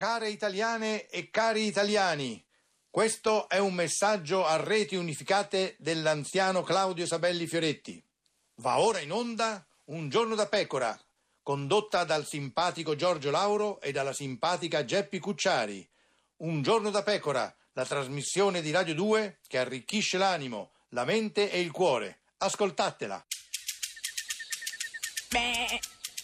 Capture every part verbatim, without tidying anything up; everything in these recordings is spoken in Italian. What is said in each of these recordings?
Care italiane e cari italiani, questo è un messaggio a reti unificate dell'anziano Claudio Sabelli Fioretti. Va ora in onda Un giorno da pecora, condotta dal simpatico Giorgio Lauro e dalla simpatica Geppi Cucciari. Un giorno da pecora, la trasmissione di Radio due che arricchisce l'animo, la mente e il cuore. Ascoltatela. Beh.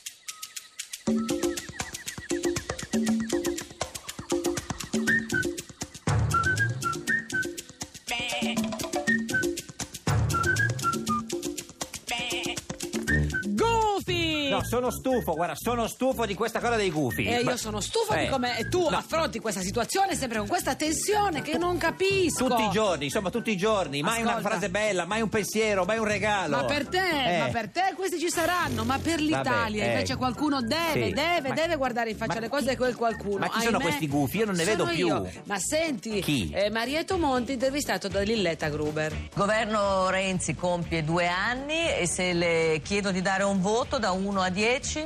No, sono stufo, guarda, sono stufo di questa cosa dei gufi. E Ma... io sono stufo eh. di come tu no. affronti questa situazione sempre con questa tensione che non capisco. Tutti i giorni, insomma, tutti i giorni. Mai Ascolta. una frase bella, mai un pensiero, mai un regalo. Ma per te, eh. ma per te questi ci saranno, ma per l'Italia Vabbè, eh. invece qualcuno deve, Sì. deve, ma... deve guardare in faccia ma le cose chi... di quel qualcuno. Ma chi sono Ahimè, questi gufi? Io non ne sono vedo più. io. Ma senti, Chi? Eh, Marietto Monti intervistato da Lilletta Gruber. Il governo Renzi compie due anni e se le chiedo di dare un voto da uno a dieci?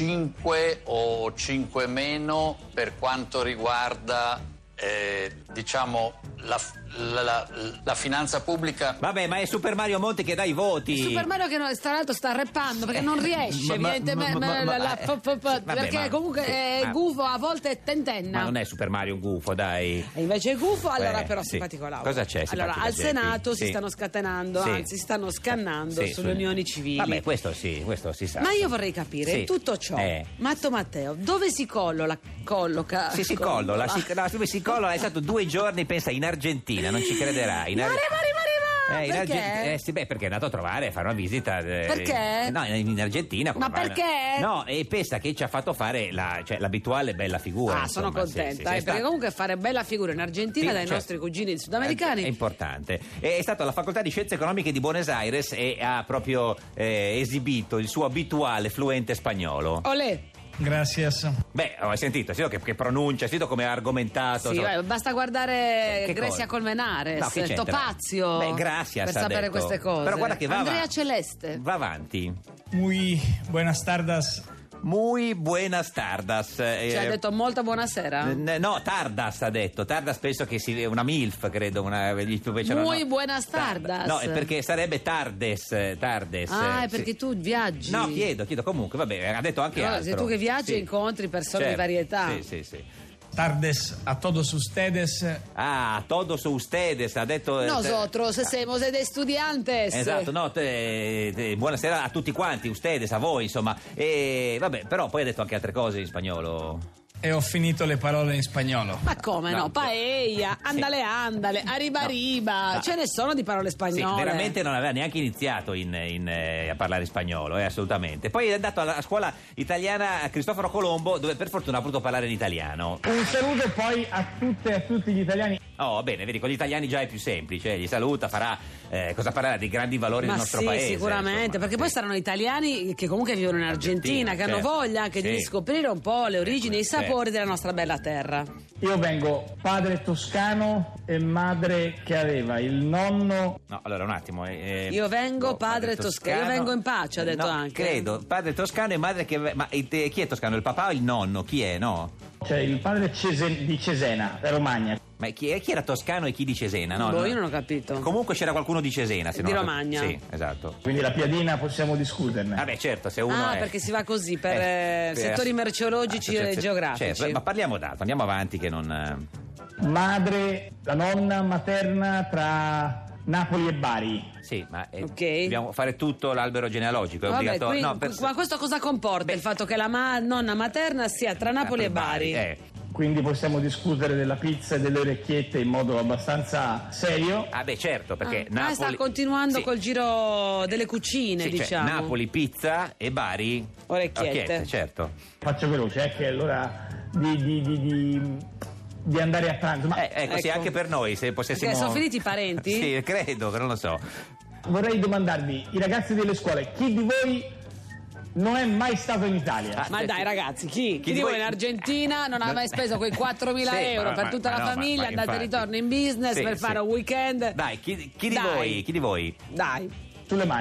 cinque o cinque meno per quanto riguarda eh, diciamo la, la, la, la finanza pubblica. Vabbè, ma è Super Mario Monti che dà i voti. Super Mario che non, tra l'altro sta rappando perché non riesce, Ma- ma- evidentemente, ma- ma- la- la- ma- fa- fa- fa- vabbè, perché ma- comunque è ma- gufo, a volte è tentenna. Ma non è Super Mario un gufo, dai. E invece è gufo, allora Eh, però sì. simpatico Lauro. Cosa c'è, Allora, simpatica al Geppi? Senato si Sì. stanno scatenando, Sì. anzi si stanno scannando Sì, sulle su- unioni civili. Vabbè, questo sì, questo si sa. Ma io vorrei capire, Sì. tutto ciò, Eh. Matto Matteo, dove si colloca? colloca Sì, si collola, si, no, dove si collola, è stato due giorni, pensa, in Argentina, non ci crederai. In Ma Ar- arriva, arriva, arriva! Eh, in Perché? Argen- eh, sì, beh, perché è andato a trovare a fare una visita. eh, Perché? No, in, in Argentina. come Ma va- perché? No, e pensa che ci ha fatto fare la, cioè, l'abituale bella figura. Ah, sono insomma, sì, contenta, sì, sì, eh, è perché sta- comunque fare bella figura in Argentina Sì, dai certo. nostri cugini sudamericani È importante. È stato alla Facoltà di Scienze Economiche di Buenos Aires e ha proprio eh, esibito il suo abituale fluente spagnolo. Olè. Gracias. Beh, hai sentito, hai sentito che, che pronuncia, hai sentito come ha argomentato. Sì, insomma. beh, basta guardare Che Grecia cosa? Colmenares, No, che c'entra? Topazio, Beh, gracias, per ha sapere detto. queste cose. Però guarda che va Andrea avanti. Celeste. Va avanti. Muy buenas tardes. Muy buenas tardas. Ci ha Eh, detto molta buonasera. n- No, tardas ha detto. Tardas penso che sia una MILF, credo. Una, invece no, Muy no. buenas tardas. No, è perché sarebbe tardes. eh, tardes Ah, eh, è perché sì. tu viaggi. No, chiedo, chiedo comunque. Vabbè, ha detto anche Allora, altro. se tu che viaggi Sì. incontri persone Certo. di varietà. Sì, sì, sì. Tardes a todos ustedes. Ah, todos ustedes, ha detto. eh, Nosotros somos de estudiantes. Esatto, no, te- te- buonasera a tutti quanti, ustedes, a voi, insomma. E vabbè, però poi ha detto anche altre cose in spagnolo. E ho finito le parole in spagnolo. Ma come no? No, Paella, andale andale, arriba No. arriba. No. Ce ne sono di parole Sì, spagnole. veramente non aveva neanche iniziato in- in, eh, a parlare spagnolo, eh, assolutamente. Poi è andato alla scuola italiana a Cristoforo Colombo, dove per fortuna ha potuto parlare in italiano. Un saluto poi a tutte e a tutti gli italiani. Oh, bene, vedi, con gli italiani già è più semplice, gli saluta, farà eh, cosa parlerà dei grandi valori Ma del nostro sì, paese. sicuramente, insomma, perché sì. poi saranno italiani che comunque vivono in Argentina, Argentina, che hanno certo. voglia anche di Sì. scoprire un po' le origini e i Certo. sapori della nostra bella terra. Io vengo padre toscano e madre che aveva il nonno. No, allora un attimo. eh, Io vengo oh, padre toscano. Io vengo in pace, ha detto No, anche. credo, padre toscano e madre che. Ma eh, te- chi è toscano? Il papà o il nonno? Chi è? No? Cioè il padre Cese- di Cesena, la Romagna. Ma chi, è- chi era toscano e chi di Cesena? No, Boh, no. io non ho capito. Comunque c'era qualcuno di Cesena. Se Di non- Romagna. Sì, esatto. Quindi la piadina possiamo discuterne. Vabbè, certo, se uno Ah, è... perché si va così per Eh, eh, per- settori merceologici Ah, e certo, geografici. certo, ma parliamo d'altro, andiamo avanti che non... eh, Madre, la nonna materna tra Napoli e Bari. Sì, ma eh, Ok. dobbiamo fare tutto l'albero genealogico, è Vabbè, obbligatorio. quindi- No, per- ma questo cosa comporta? Beh. Il fatto che la ma- nonna materna sia tra Napoli e Bari? Eh. Quindi possiamo discutere della pizza e delle orecchiette in modo abbastanza serio. Ah beh, certo, perché Ah, Napoli... sta continuando Sì. col giro delle cucine, Sì, cioè, diciamo. Napoli pizza e Bari Orecchiette. certo. Faccio veloce, è che è l'ora di, di, di, di, di andare a pranzo. Ma Eh, ecco, sì, Ecco. anche per noi, se possiamo... Perché sono finiti i parenti? Sì, credo, non lo so. vorrei domandarvi, i ragazzi delle scuole, chi di voi non è mai stato in Italia? Ah, Ma sì, dai sì. ragazzi, chi? Chi, di voi- voi in Argentina non ha mai speso quei quattromila Sì, euro ma- per ma- tutta ma la no, ma- famiglia, ma andate e infatti. ritorno in business Sì, per sì. fare un weekend? Dai, chi, chi di Dai. voi? Chi di voi? Dai. Sulle mani.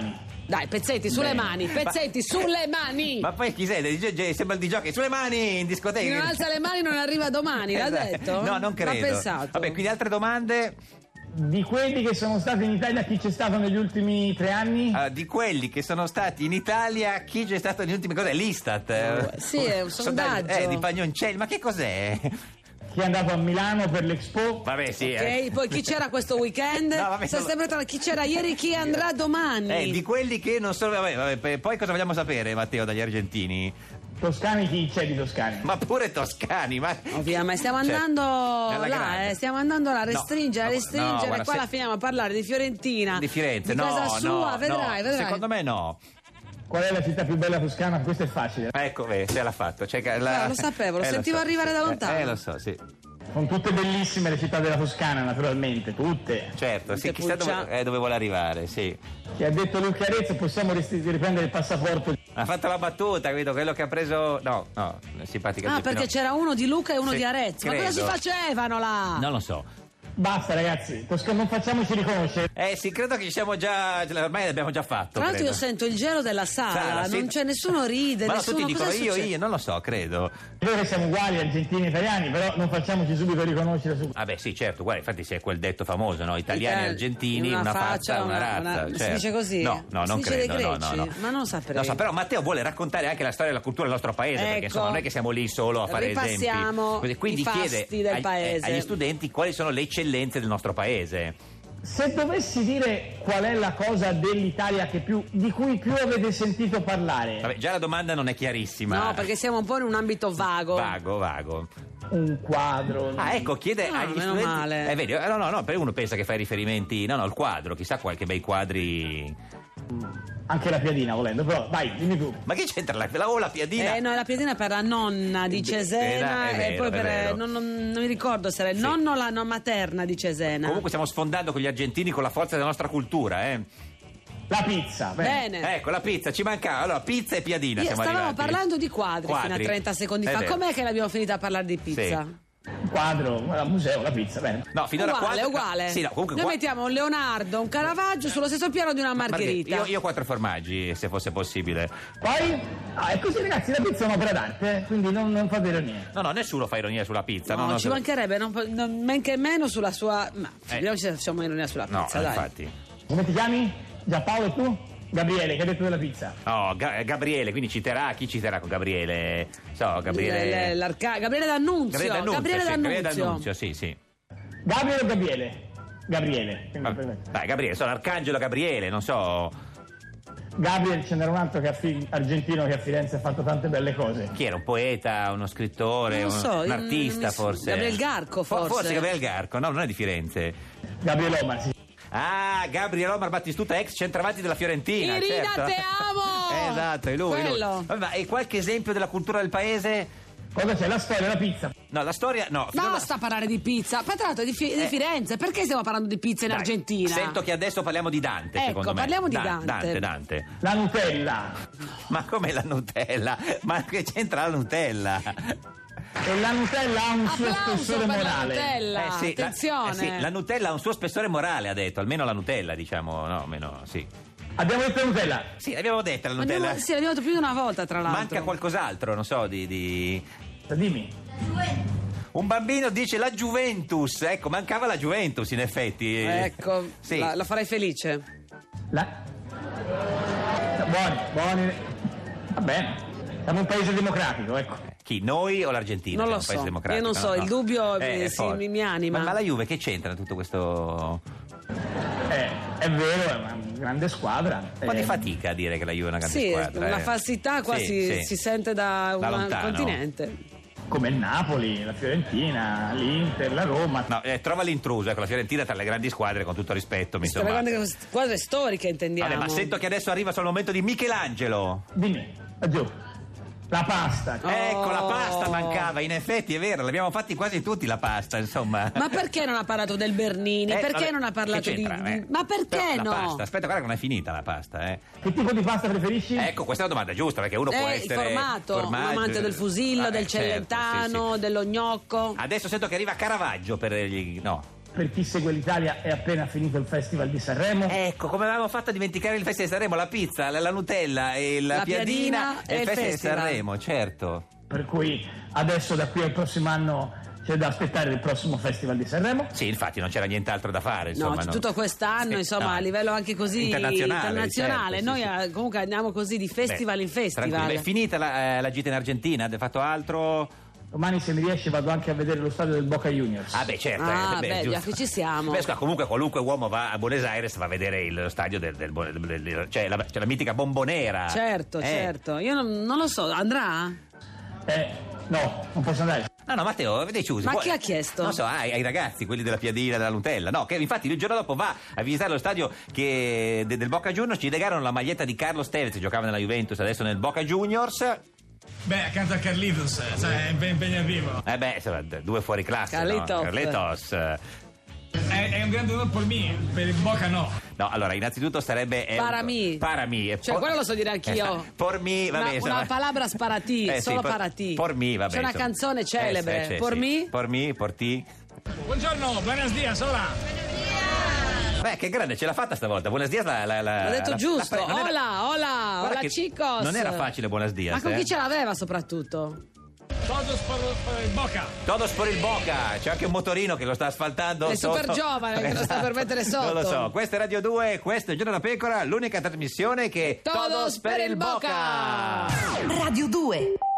Dai, Pezzetti, sulle Bene. mani, Pezzetti, sulle mani! Ma poi chi sei? D J, sembra il D J, sulle mani in discoteca. Chi non alza le mani non arriva domani, l'ha Esatto. detto? No, non credo. L'ha pensato. Vabbè, quindi altre domande? Di quelli che sono stati in Italia, chi c'è stato negli ultimi tre anni? Allora, di quelli che sono stati in Italia, chi c'è stato negli ultimi cos'è? L'Istat? Oh, sì, è un sondaggio. Eh, di Pagnoncelli, ma che cos'è? Chi è andato a Milano per l'Expo? Vabbè, sì. Ok, eh. poi chi c'era questo weekend? No, vabbè, Sta no. sempre tra chi c'era ieri, chi andrà domani. Eh, di quelli che non sono. Vabbè, vabbè, p- poi cosa vogliamo sapere, Matteo, dagli argentini? Toscani, chi c'è di Toscani? Ma pure toscani, ma. Ovviamente stiamo Cioè, andando nella là, grande. eh, stiamo andando là a No, restringere, a no, restringere, no, guarda, qua se- la finiamo a parlare di Fiorentina, Di Firenze, di no, casa sua, no, vedrai, no. vedrai. Secondo me no. Qual è la città più bella toscana? Questo è facile. Ecco, beh, se l'ha fatto. Cioè, che la- Eh, lo sapevo, lo sentivo so. arrivare da Eh, lontano. Eh, lo so, sì. Sono tutte bellissime le città della Toscana, naturalmente, tutte. Certo, sì, chissà Pulciano. dove, eh, dove vuole arrivare, sì. Chi ha detto Luca Arezzo, possiamo resti- riprendere il passaporto. Ha fatto la battuta, capito? Quello che ha preso. No, no, simpatica. Ah, Giuseppina. perché c'era uno di Luca e uno Sì, di Arezzo. Ma cosa si credo. facevano là? Non lo so. Basta ragazzi, Toscana, non facciamoci riconoscere. Eh sì, credo che ci siamo già. Ormai l'abbiamo già fatto. Tra l'altro io credo. sento il gelo della sala, Sala, sì. non c'è nessuno ride, Ma no, nessuno tutti dicono cosa io, succede? io, non lo so, credo. Noi che siamo uguali, argentini e italiani, però non facciamoci subito riconoscere su. Vabbè, sì, certo, guarda, infatti c'è quel detto famoso, no? Italiani e Ital- argentini, una una, faccia, faccia, una una- razza. una- si certo. dice così? No, no, Si non dice dei credo, no, no, greci? no. Ma non saprei. Lo so, però Matteo vuole raccontare anche la storia e la cultura del nostro paese, perché Ecco. insomma non è che siamo lì solo a fare Ripassiamo esempi. Quindi i fasti chiede del ai- paese. agli studenti quali sono le eccellenze del nostro paese. Se dovessi dire qual è la cosa dell'Italia che più, di cui più avete sentito parlare, Vabbè, già la domanda non è chiarissima. No, perché siamo un po' in un ambito vago. Vago, vago. un quadro. Ah, ecco, chiede Ah, agli meno studenti. male. Eh, vedi, eh, no, no, no, per uno pensa che fai riferimenti. No, no, il quadro, chissà qualche bei quadri. Anche la piadina volendo, però vai, dimmi tu. Ma che c'entra la, la, o la piadina? Eh, no, la piadina per la nonna di Cesena È vero, e poi è per vero. non, non- non mi ricordo se era il Sì. nonno o la nonna materna di Cesena. Comunque stiamo sfondando con gli argentini con la forza della nostra cultura, eh. La pizza, bene. Bene. Ecco, la pizza, ci mancava. Allora, pizza e piadina Io- siamo stavamo arrivati. parlando di quadri, fino a Quadri. trenta secondi È fa. vero. Com'è che l'abbiamo finita a parlare di pizza? Sì. Un quadro, al museo, la pizza, bene. No, finora Uguale, quadri- uguale. Sì, no, comunque Noi qua- mettiamo un Leonardo, un Caravaggio sullo stesso piano di una Margherita. Io, io quattro formaggi, se fosse possibile. Poi, ah, è così ragazzi, la pizza è un'opera d'arte, eh, quindi non, non fate ironia. No, no, nessuno fa ironia sulla pizza. No, no, no, ci se- mancherebbe, non, non- men che meno sulla sua. Ma Eh. figuriamoci se facciamo ironia sulla No, pizza, dai. infatti. Come ti chiami? Giampaolo e tu? Gabriele, che hai detto della pizza? No, Ga- Gabriele, quindi citerà, chi citerà con Gabriele? So, Gabriele... L- l- l'arca- Gabriele D'Annunzio. Gabriele D'Annunzio, Gabriele sì, Gabriele D'Annunzio. D'Annunzio, sì, sì. Gabriele o Gabriele? Gabriele. Quindi, Vabbè, perfetto. dai, Gabriele, so, l'Arcangelo Gabriele, non so... Gabriele, ce n'era un altro che a Fi- argentino che a Firenze ha fatto tante belle cose. Chi era? Un poeta, uno scrittore, Non lo un, so, un io- artista mi- forse? Gabriel Garco, Fo- forse. Forse Gabriele Garco, no, non è di Firenze. Gabriele Omar, sì. Ah, Gabriele Omar Battistuta, ex centravanti della Fiorentina. Irina, certo. te amo! Esatto, è lui. è lui. Quello. Vabbè, ma e qualche esempio della cultura del paese? Cosa c'è? La storia, la pizza. No, la storia, no. finora- Basta parlare di pizza. Ma tra l'altro di, Fi- di Eh. Firenze, perché stiamo parlando di pizza in Dai, Argentina? Sento che adesso parliamo di Dante, Ecco, secondo me. parliamo di Dan- Dante. Dante, Dante. La Nutella. Ma come la Nutella? Ma che c'entra la Nutella? E la Nutella ha un suo Applauso spessore per la morale. Nutella. Eh sì, la- Attenzione. eh sì, la Nutella ha un suo spessore morale, ha detto, almeno la Nutella, diciamo, no, meno, sì. Abbiamo detto Nutella. Sì, l'abbiamo detta la Nutella. Abbiamo, sì, l'abbiamo detto più di una volta, tra l'altro. Manca qualcos'altro, non so, di... di... Dimmi. Un bambino dice la Juventus, ecco, mancava la Juventus in effetti. Ecco, Sì. la, la farei felice. La... Buoni, buoni. Va bene. Siamo un paese democratico, ecco. Chi, noi o l'Argentina? Non Che è lo un paese so, democratico? io non so, No, il no. dubbio Eh, mi- è sì, forte. mi- mi anima. Ma, ma la Juve che c'entra in tutto questo... Eh, è vero, è una grande squadra. Un po' di Eh, fatica a dire che la Juve è una grande Sì, squadra. una eh. falsità qua Sì, si, sì. si sente da, Da un lontano. continente. Come il Napoli, la Fiorentina, l'Inter, la Roma. No, eh, trova l'intruso, ecco, la Fiorentina tra le grandi squadre, con tutto rispetto, mi Queste insomma. grandi squadre storiche intendiamo. Vabbè, ma sento che adesso arriva sul momento di Michelangelo. Dimmi, giù. La pasta. Oh. Ecco, la pasta mancava, in effetti è vero, l'abbiamo fatti quasi tutti la pasta, insomma. Ma perché non ha parlato del Bernini? Eh, perché vabbè, non ha parlato che di... c'entra, di- eh? Ma perché Però no? La pasta, aspetta, guarda che non è finita la pasta, eh. Che tipo di pasta preferisci? Ecco, questa è la domanda giusta, perché uno può Eh, il essere... formato, un formaggio, amante del fusillo, eh, del certo, celentano, sì, sì. dello gnocco. Adesso sento che arriva Caravaggio per gli... no. per chi segue l'Italia è appena finito il Festival di Sanremo. Ecco, come avevamo fatto a dimenticare il Festival di Sanremo, la pizza, la, la Nutella e la, La piadina, piadina e il e il Festival, festival. di Sanremo, certo. Per cui adesso da qui al prossimo anno c'è da aspettare il prossimo Festival di Sanremo. Sì, infatti non c'era nient'altro da fare, insomma. No, non- tutto quest'anno, Sì, insomma, no. a livello anche così internazionale. internazionale. certo, Noi sì, sì. eh, comunque andiamo così di festival Beh, in festival. tranquillo. È finita la, eh, la gita in Argentina? Avete fatto altro? Domani, se mi riesce, vado anche a vedere lo stadio del Boca Juniors. Ah beh, certo. Ah, eh, beh, beh, giusto. già che ci siamo. Beh, scusa, comunque qualunque uomo va a Buenos Aires va a vedere il stadio del, del, del- del- del- cioè, la, cioè la mitica Bombonera. Certo, Eh. certo. Io non, non lo so, andrà? Eh, no, non posso andare. No, no, Matteo, avete chiuso. Ma Poi- chi ha chiesto? Non so, ai, ai ragazzi, quelli della piadina, della Nutella. No, che infatti il giorno dopo va a visitare lo stadio che, de- del Boca Juniors, ci legarono la maglietta di Carlo Tevez, che giocava nella Juventus, adesso nel Boca Juniors. Beh, accanto a Carlitos, cioè, è ben impegnativo. Eh beh, insomma, d- due fuori classe, no? Carlitos. Carlitos. È, è un grande onore per me, per il Boca no. No, allora, innanzitutto sarebbe... è un- Para mí. Para mí. Cioè, quello lo so dire anch'io. Esatto. Por mí, vabbè, Una, insomma. una palabra sparatì, Eh, sì, solo por- paratì. Por mí, vabbè. C'è una insomma. canzone celebre. Eh, sì, por sì. mí? Por mí, por ti. Buongiorno, buenos dias, hola. Beh, che grande, ce l'ha fatta stavolta. Buenos dias la... la, la L'ho detto la- giusto. la- non era- Hola, hola, Guarda hola che chicos. Non era facile Buenos dias. Ma con eh. chi ce l'aveva soprattutto? Todos por, por il Boca. Todos por il Boca, c'è anche un motorino che lo sta asfaltando. È sotto. super giovane, che lo sta per mettere sotto. Non lo so, questa è Radio due, questo è Giorno da Pecora, l'unica trasmissione che Todos per il Boca. Radio due.